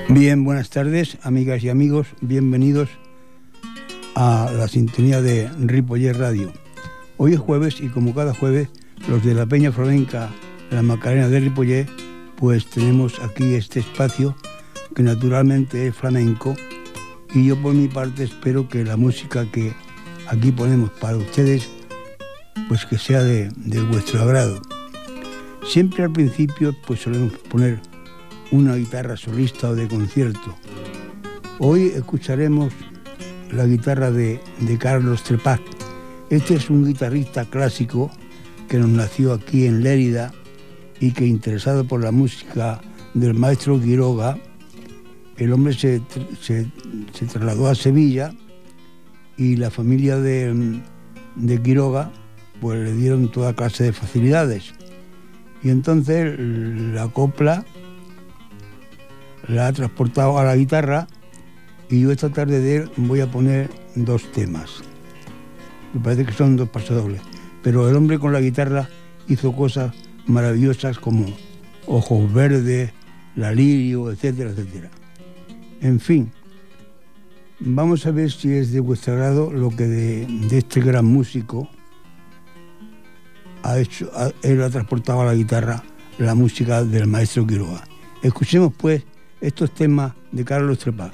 Bien, buenas tardes, amigas y amigos, bienvenidos a la sintonía de Ripollet Radio. Hoy es jueves y como cada jueves, los de la Peña Flamenca La Macarena de Ripollet, pues tenemos aquí este espacio que naturalmente es flamenco, y yo por mi parte espero que la música que aquí ponemos para ustedes, pues que sea de vuestro agrado. Siempre al principio pues solemos poner una guitarra solista o de concierto. Hoy escucharemos la guitarra de Carlos Trepat. Este es un guitarrista clásico que nos nació aquí en Lérida y que, interesado por la música del maestro Quiroga, el hombre se trasladó a Sevilla y la familia de Quiroga pues le dieron toda clase de facilidades. Y entonces la copla la ha transportado a la guitarra, y yo esta tarde de él voy a poner dos temas. Me parece que son dos pasodobles, pero el hombre con la guitarra hizo cosas maravillosas como Ojos Verdes, La Lirio, etcétera, etcétera. En fin, vamos a ver si es de vuestro agrado lo que de este gran músico ha hecho. Él ha transportado a la guitarra la música del maestro Quiroga. Escuchemos pues estos temas de Carlos Trepat.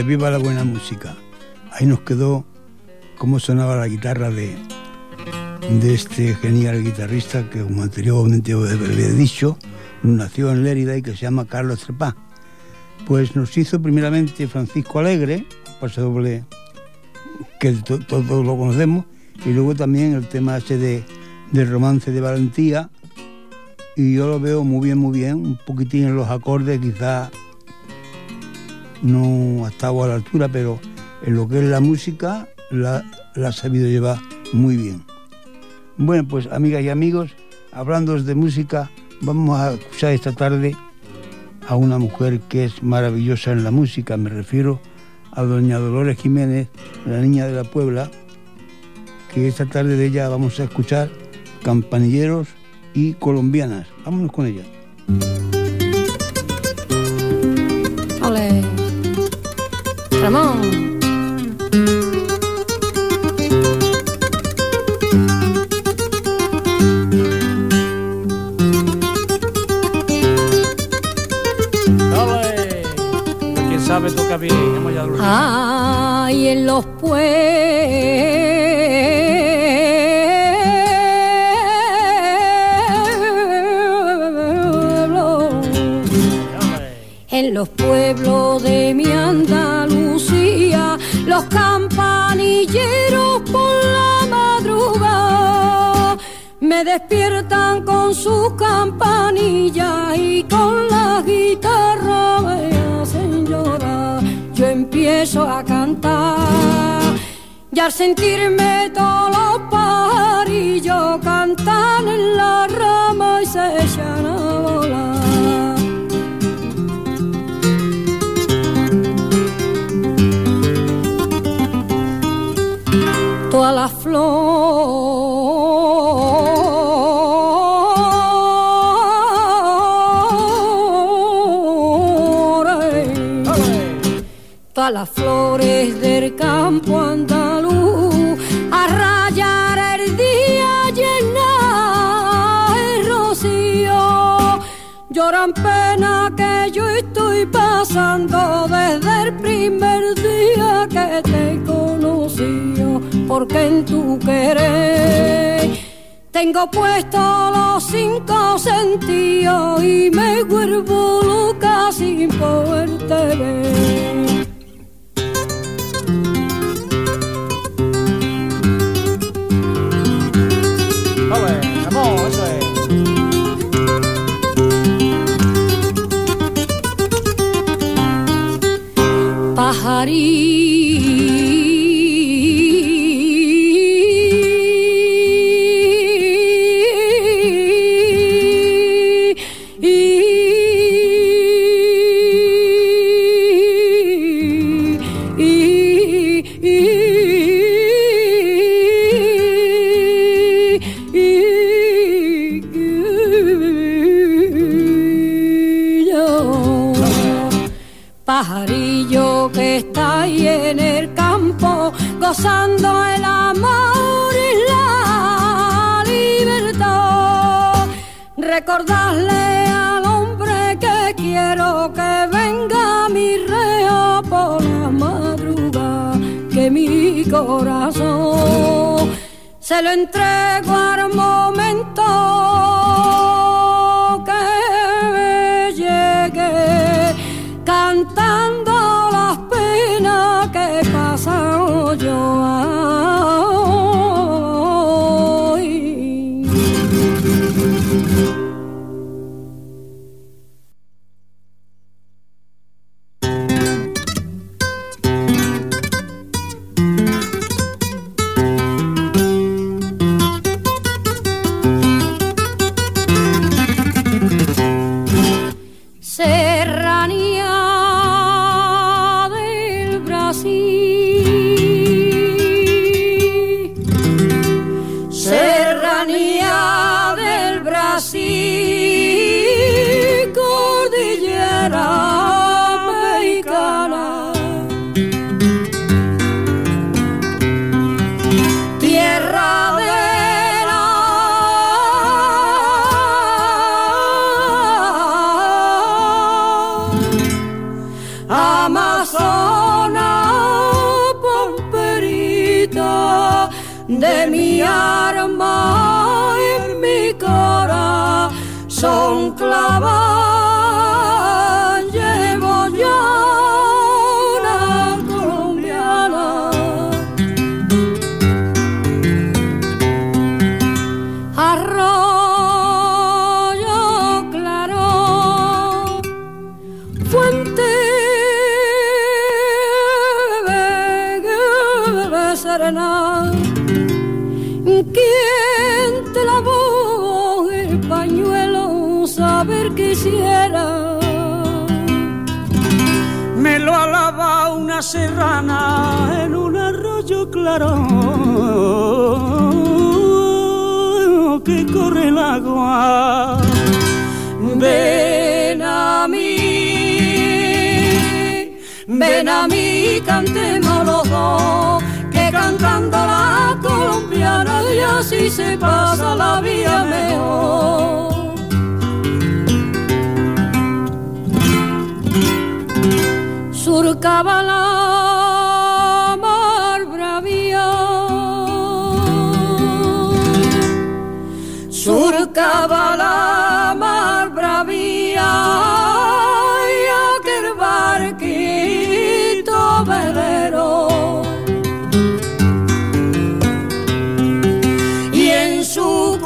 viva la buena música. Ahí nos quedó cómo sonaba la guitarra de este genial guitarrista que, como anteriormente os había dicho, nació en Lérida y que se llama Carlos Trepá. Pues nos hizo primeramente Francisco Alegre, pase doble, que todos lo conocemos, y luego también el tema ese de Romance de Valentía, y yo lo veo muy bien, un poquitín en los acordes, quizás no ha estado a la altura, pero en lo que es la música la ha sabido llevar muy bien. Bueno, pues amigas y amigos, hablando de música, vamos a escuchar esta tarde a una mujer que es maravillosa en la música. Me refiero a doña Dolores Jiménez, la niña de la Puebla, que esta tarde de ella vamos a escuchar Campanilleros y Colombianas. Vámonos con ella. Ole, Ramón. Sabe, toca bien, ay, en los pueblos, en los pueblos de mi Andalucía, los campanilleros por la madrugada me despiertan con sus campanillas y con la guitarra me hacen llorar. Yo empiezo a cantar y al sentirme todos los pajarillos cantan en la rama y se echan a volar. Todas las flores del campo andaluz a rayar el día llena el rocío lloran pena que yo estoy pasando desde el primer día que te conocí, porque en tu querer tengo puestos los 5 sentidos y me vuelvo loca sin poderte ver. Pajarillo que está ahí en el campo gozando el amor y la libertad, recordarle al hombre que quiero que venga a mi rea por la madrugada, que mi corazón se lo entrego al momento que llegue cantando las penas que he pasado yo hoy. de mi arma en mi corazón clavada llevo yo una colombiana. Arroyo claro, fuente serena, ¿quién te lavó el pañuelo? Saber quisiera. Me lo ha lavado una serrana en un arroyo claro que corre el agua. Ven a mí, cantemos los dos, que cantando la colombiana y así se pasa la vida mejor. Surcaba la mar bravía, surcaba la mar bravía y aquel barquito velero, y en su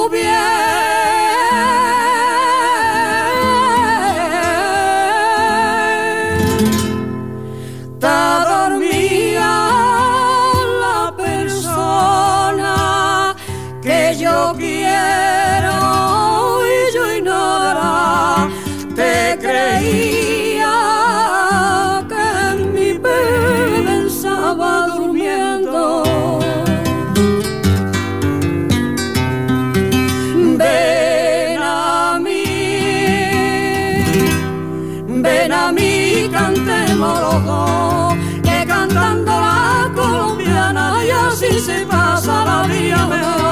cubierta dormía la persona que yo quiero y yo ignora, te creía que en mi pensaba durmiendo. Ven a mí, cantemos los dos, que cantando la colombiana y así se pasa la vida mejor.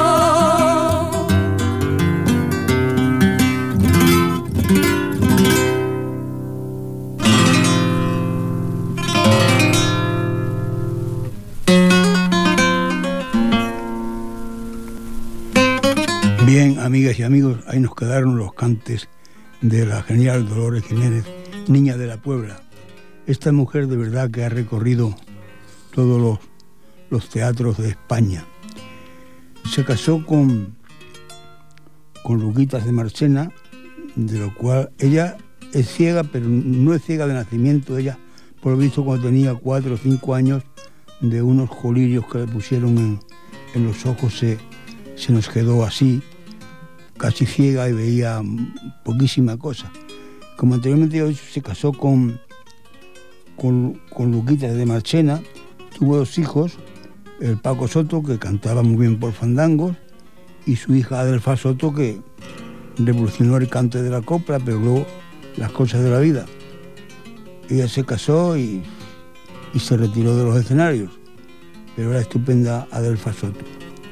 Bien, amigas y amigos, ahí nos quedaron los cantes de la genial Dolores Jiménez, Niña de la Puebla. Esta mujer de verdad que ha recorrido todos los teatros de España. Se casó con Luquitas de Marchena, de lo cual ella es ciega, pero no es ciega de nacimiento. Ella, por lo visto, cuando tenía 4 o 5 años, de unos colirios que le pusieron en los ojos, se nos quedó así, casi ciega, y veía poquísima cosa. Como anteriormente hoy se casó con Luquitas de Marchena, tuvo 2 hijos, el Paco Soto, que cantaba muy bien por fandangos, y su hija Adelfa Soto, que revolucionó el cante de la copla, pero luego las cosas de la vida. Ella se casó y se retiró de los escenarios, pero era estupenda Adelfa Soto.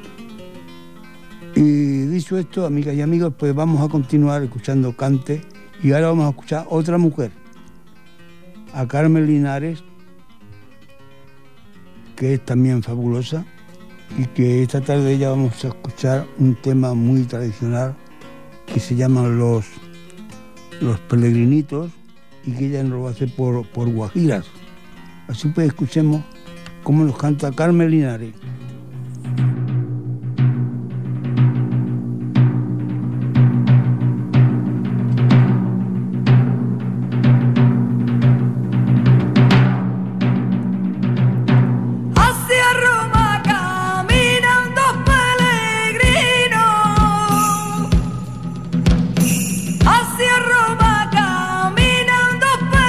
Y dicho esto, amigas y amigos, pues vamos a continuar escuchando cante, y ahora vamos a escuchar otra mujer, a Carmen Linares, que es también fabulosa, y que esta tarde ya vamos a escuchar un tema muy tradicional que se llaman los Pelegrinitos, y que ella nos lo hace por guajiras. Así pues, escuchemos cómo nos canta Carmen Linares.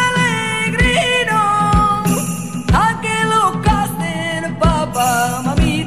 Mamma mia.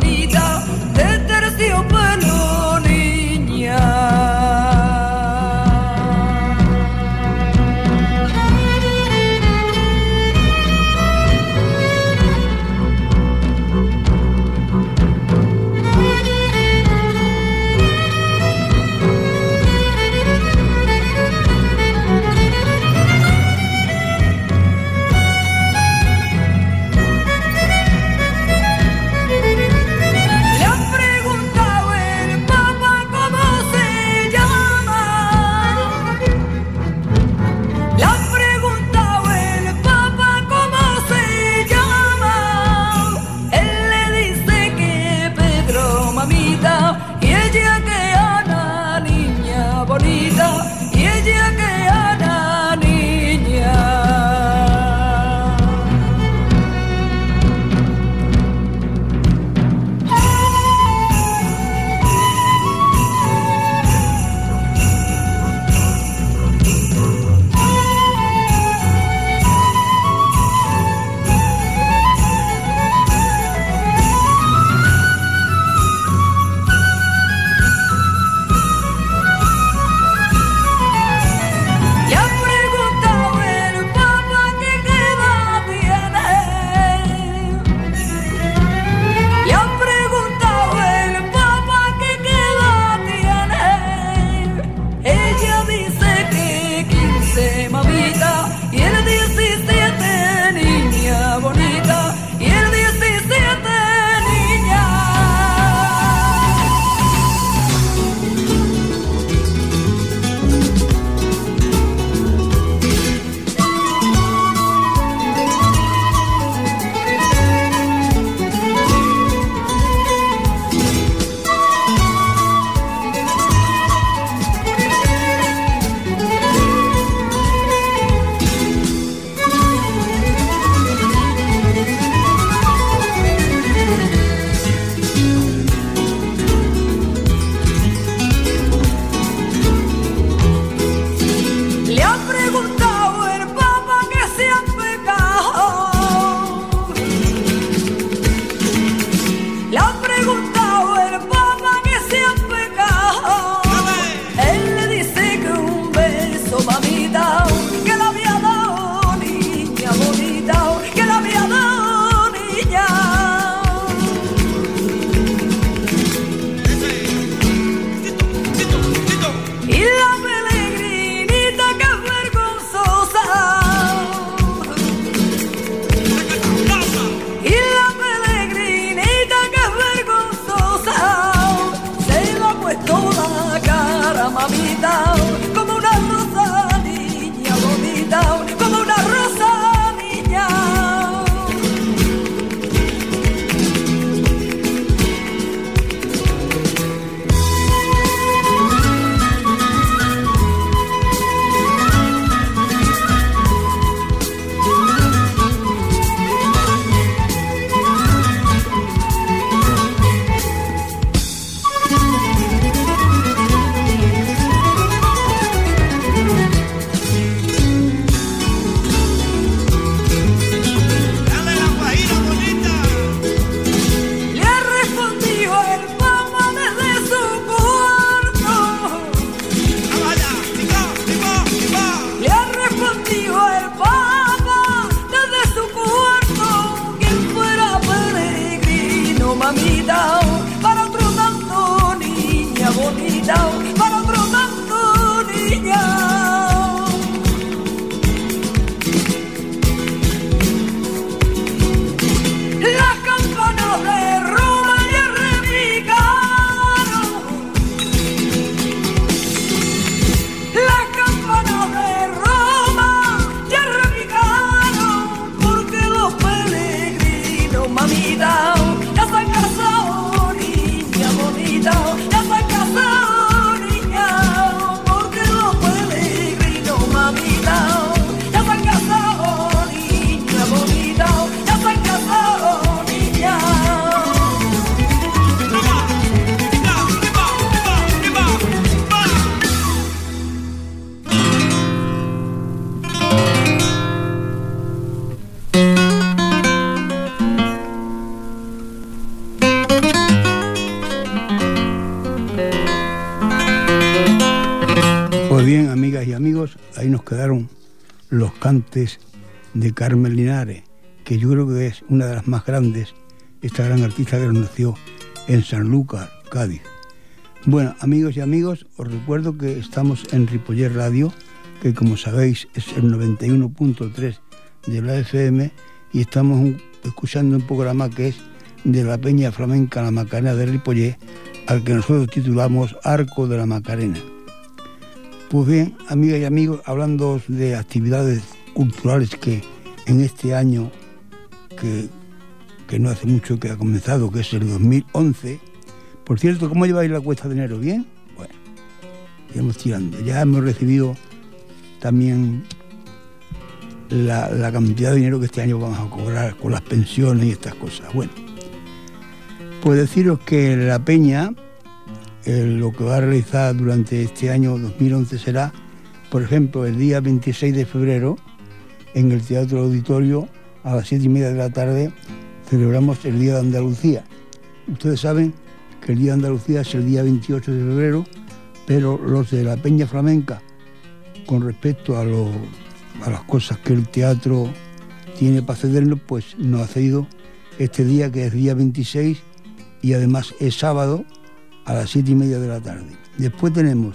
bonita de terciopelo, niña. quedaron los cantes de Carmen Linares, que yo creo que es una de las más grandes, esta gran artista que nació en Sanlúcar, Cádiz. Bueno, amigos y amigos, os recuerdo que estamos en Ripollet Radio, que como sabéis es el 91.3 de la FM, y estamos escuchando un programa que es de la Peña Flamenca La Macarena de Ripollet, al que nosotros titulamos Arco de la Macarena. Pues bien, amigas y amigos, hablando de actividades culturales que en este año, que no hace mucho que ha comenzado, que es el 2011. Por cierto, ¿cómo lleváis la cuesta de enero? ¿Bien? Bueno, iremos tirando. Ya hemos recibido también la cantidad de dinero que este año vamos a cobrar con las pensiones y estas cosas. Bueno, pues deciros que la Peña, lo que va a realizar durante este año 2011 será, por ejemplo, el día 26 de febrero, en el Teatro Auditorio, a las 7:30 de la tarde, celebramos el Día de Andalucía. Ustedes saben que el Día de Andalucía es el día 28 de febrero, pero los de la Peña Flamenca, con respecto a las cosas que el teatro tiene para cedernos, pues nos ha cedido este día, que es día 26, y además es sábado, a las 7:30 de la tarde. Después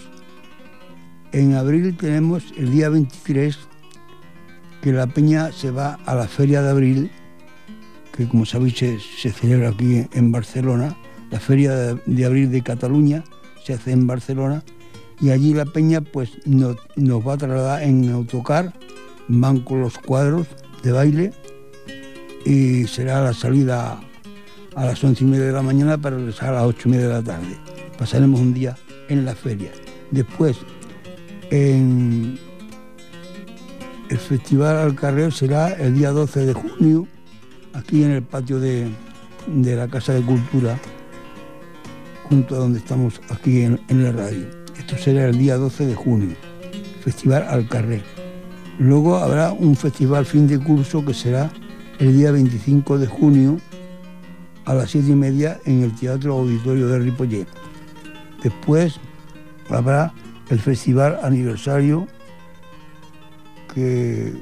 en abril tenemos el día 23, que la Peña se va a la Feria de Abril, que como sabéis se celebra aquí en Barcelona. La Feria de Abril de Cataluña se hace en Barcelona, y allí la Peña pues nos va a trasladar en autocar, van con los cuadros de baile, y será la salida a las 11:30 de la mañana para regresar a las 8:30 de la tarde. Pasaremos un día en la feria. Después, en el Festival Alcarrer será el día 12 de junio, aquí en el patio de la Casa de Cultura, junto a donde estamos aquí en la radio. Esto será el día 12 de junio, Festival Alcarrer. Luego habrá un festival fin de curso que será el día 25 de junio a las 7:30 en el Teatro Auditorio de Ripollet. Después habrá el Festival Aniversario que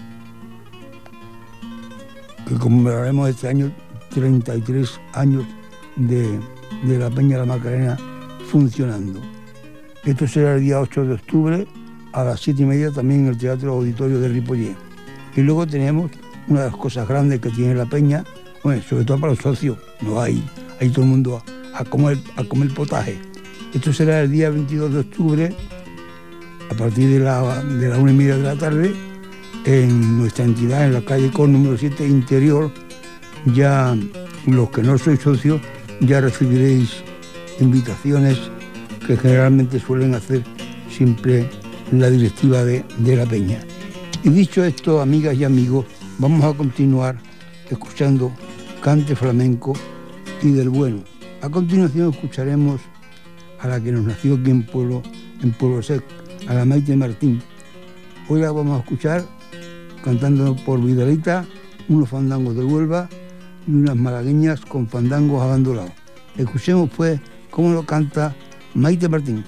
conmemoraremos este año 33 años de la Peña La Macarena funcionando. Esto será el día 8 de octubre a las 7:30 también en el Teatro Auditorio de Ripollet. Y luego tenemos una de las cosas grandes que tiene la Peña, bueno, sobre todo para los socios, no hay todo el mundo a comer potaje. Esto será el día 22 de octubre a partir de la 1:30 de la tarde en nuestra entidad, en la calle Con número 7 Interior. Ya los que no sois socios ya recibiréis invitaciones que generalmente suelen hacer siempre la directiva de la Peña. Y dicho esto, amigas y amigos, vamos a continuar escuchando cante flamenco y del bueno. A continuación escucharemos a la que nos nació aquí en Pueblo Sec, a la Maite Martín. Hoy la vamos a escuchar cantando por Vidalita unos fandangos de Huelva y unas malagueñas con fandangos abandonados. Escuchemos pues cómo lo canta Maite Martín.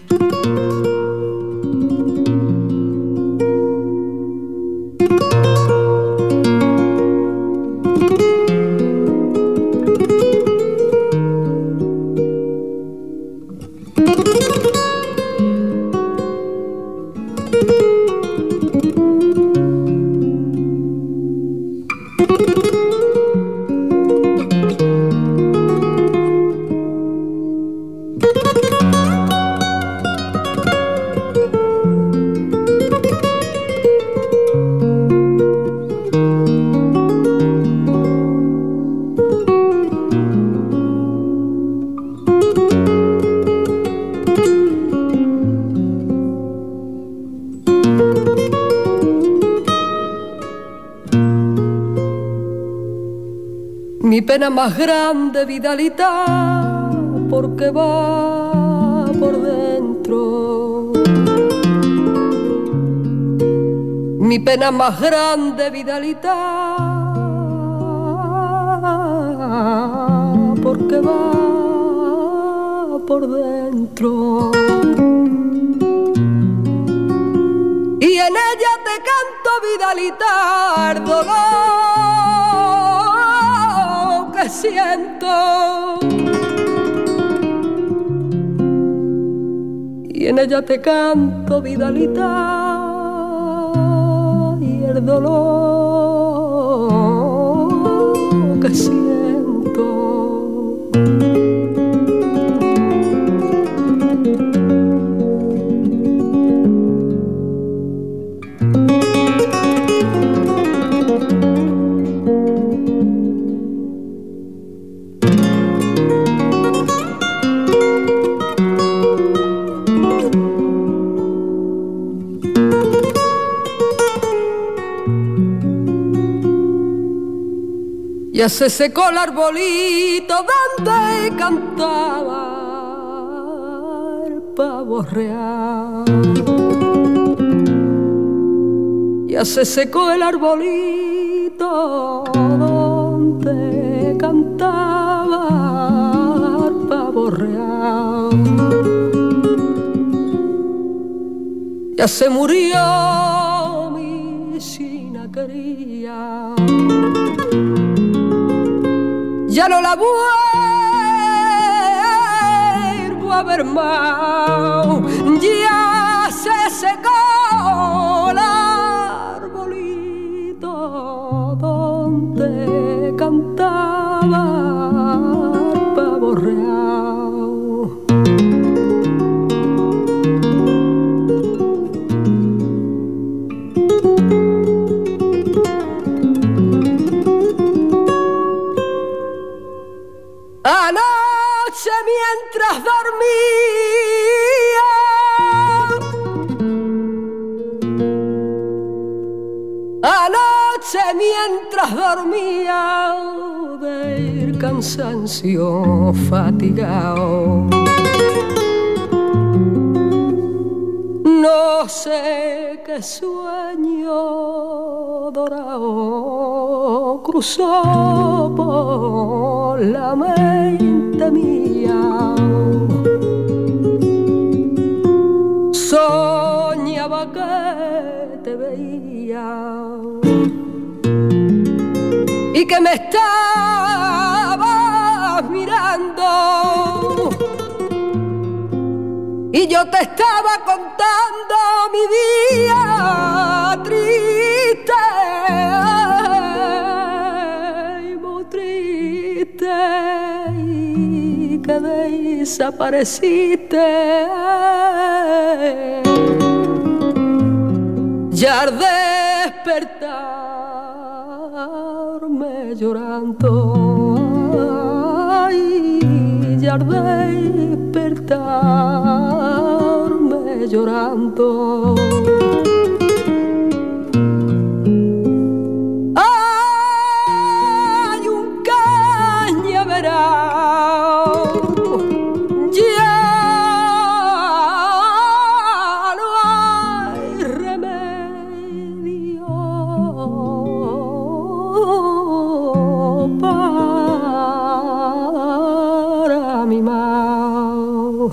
Mi pena más grande, Vidalita, porque va por dentro. Mi pena más grande, Vidalita, porque va por dentro. Y y en ella te canto, Vidalita, el dolor que siento. Y en ella te canto, Vidalita, y el dolor que siento. Ya se secó el arbolito donde cantaba el pavo real. Ya se secó el arbolito donde cantaba el pavo real. Ya se murió mi china querida, ya no la vuelvo a ver más. Ya se secó el arbolito donde cantaba el pavo real. Anoche mientras dormía, anoche mientras dormía, del cansancio fatigado, no sé qué sueño dorado cruzó por la mente mía. Soñaba que te veía y que me estabas mirando, y yo te estaba contando mi vida triste, muy triste, y que desapareciste. Ya al despertarme llorando, ay, ya al despertarme llorando, hay un cañaveral, ya no hay remedio para mi mal.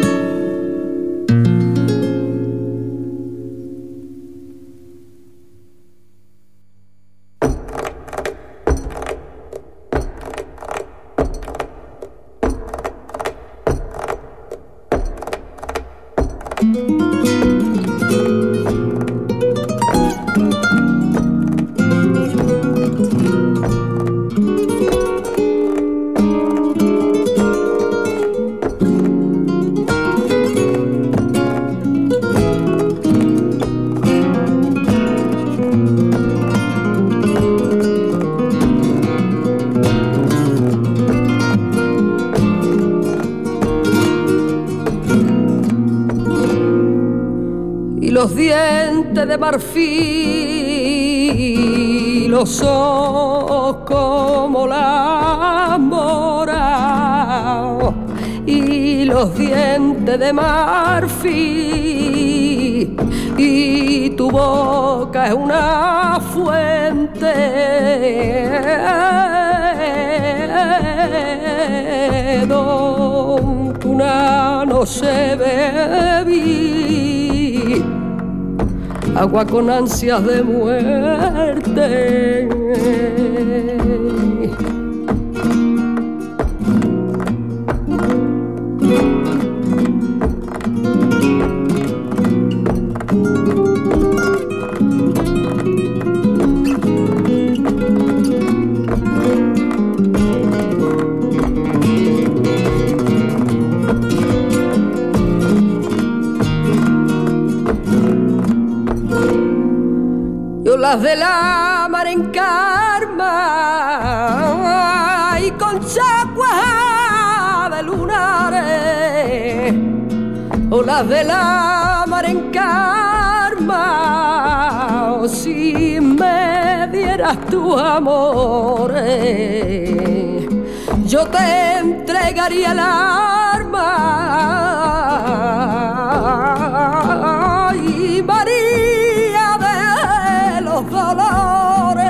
Los dientes de marfil, los ojos como la mora, y los dientes de marfil, y tu boca es una fuente donde una no se bebe agua con ansias de muerte. Las de la mar en Carma y con chaguas de lunares, o las de la mar en Carma, o si me dieras tu amor, yo te entregaría el arma y María de los dolores.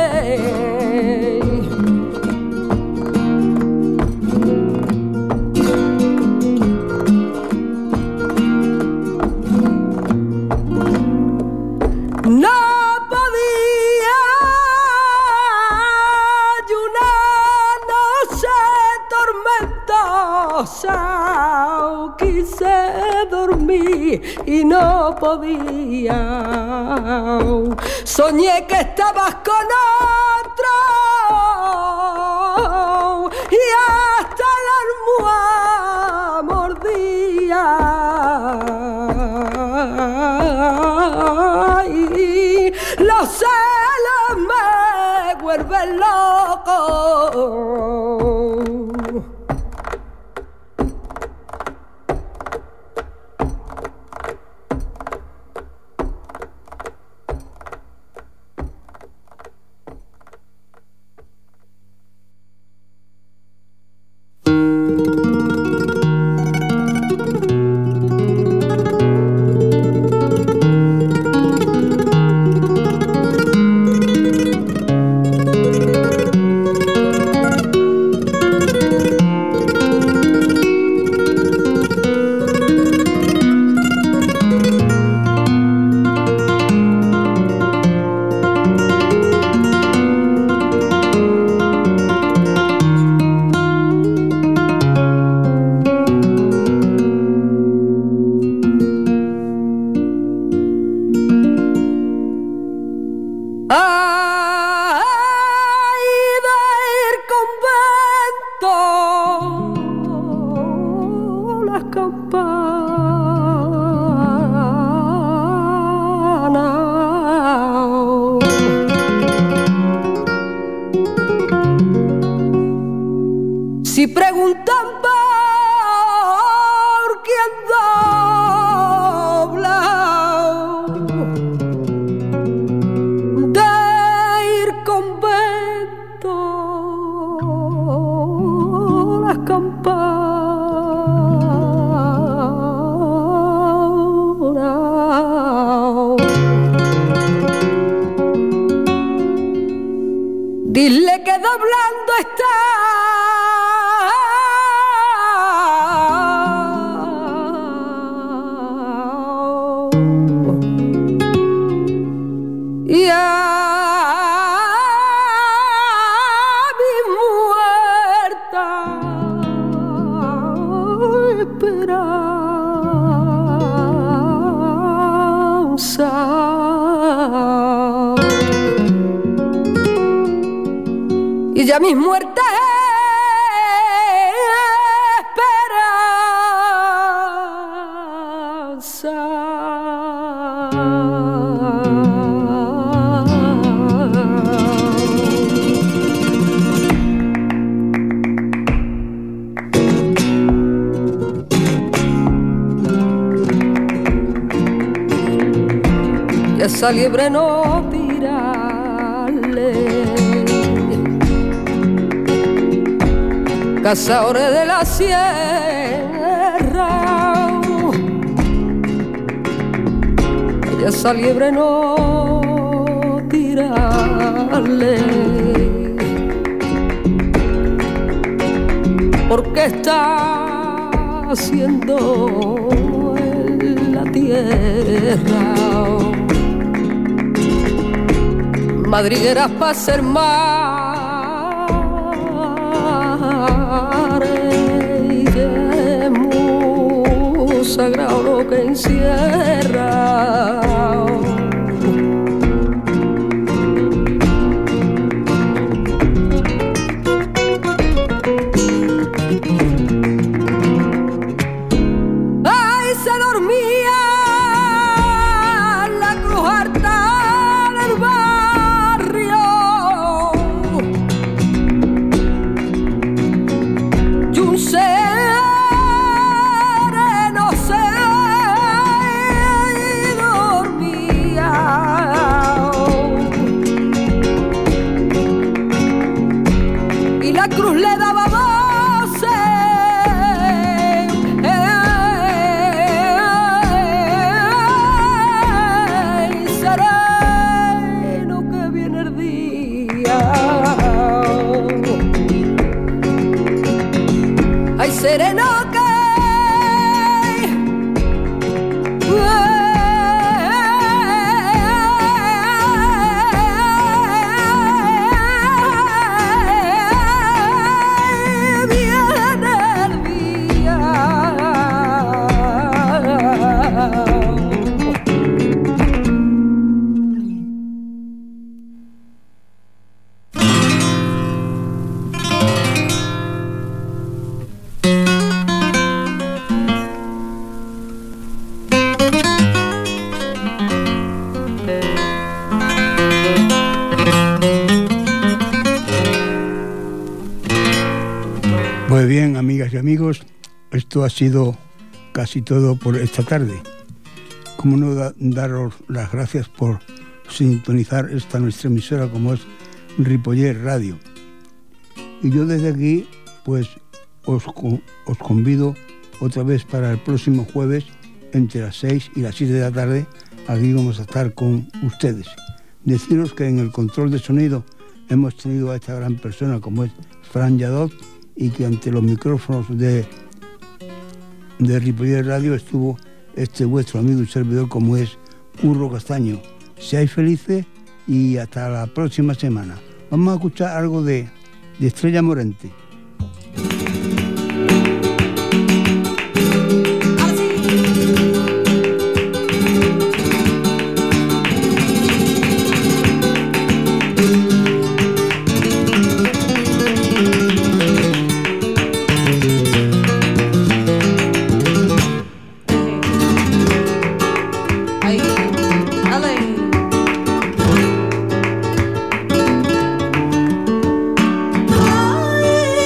No podía y una noche tormentosa quise dormir y no podía. Soñé que estabas con otro y hasta la almohada mordía. Y los celos me vuelven loco. Si preguntan por quién dobla de ir convento las campanas, dile que doblando está y a mi muerta esperanza. Y ya mis muertas esperanza. Y a esa liebre no tirarle, cazadores de la sierra, y a esa liebre no tirarle, porque está haciendo en la tierra madrigueras para ser mares y es muy sagrado lo que encierra. sereno que viene el día. Pues bien, amigas y amigos, esto ha sido casi todo por esta tarde. Cómo no daros las gracias por sintonizar esta nuestra emisora como es Ripollet Radio. Y yo desde aquí, pues os convido otra vez para el próximo jueves entre las 6 y las 7 de la tarde. Aquí vamos a estar con ustedes. Deciros que en el control de sonido hemos tenido a esta gran persona como es Fran Lladot, y que ante los micrófonos de Ripollet Radio estuvo este vuestro amigo y servidor como es Curro Castaño. Seáis felices y hasta la próxima semana. Vamos a escuchar algo de Estrella Morente. Ay,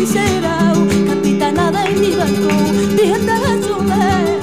miserao, capitana de mi balcón, Virgen de Jesús.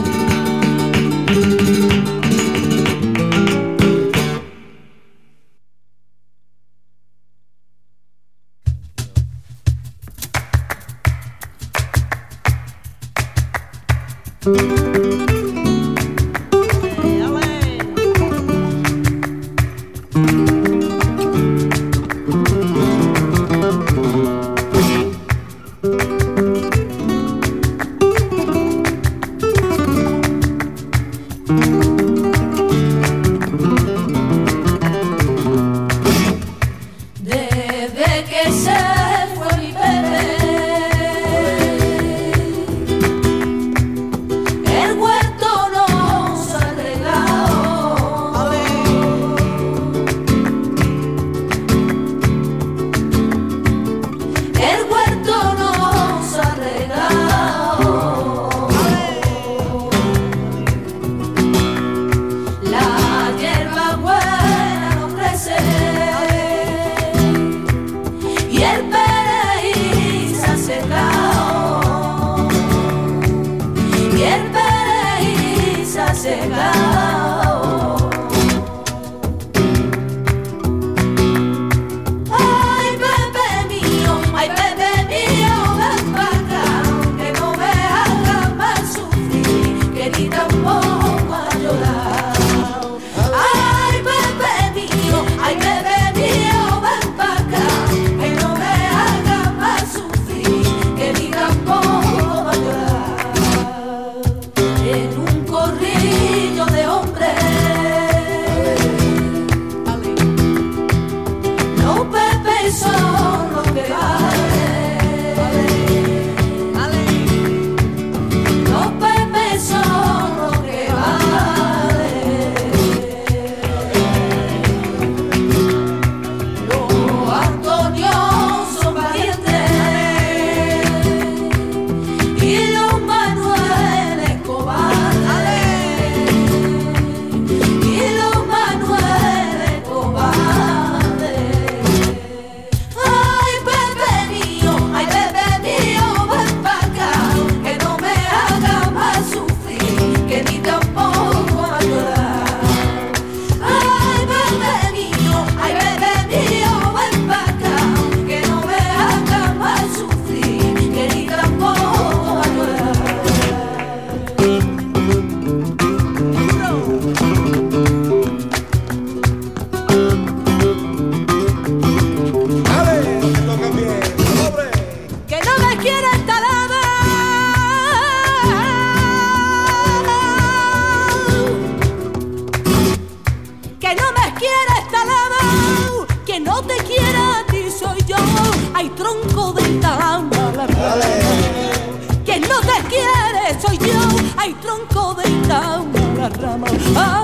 Quien no te quiere soy yo, hay tronco de Itaúna la rama.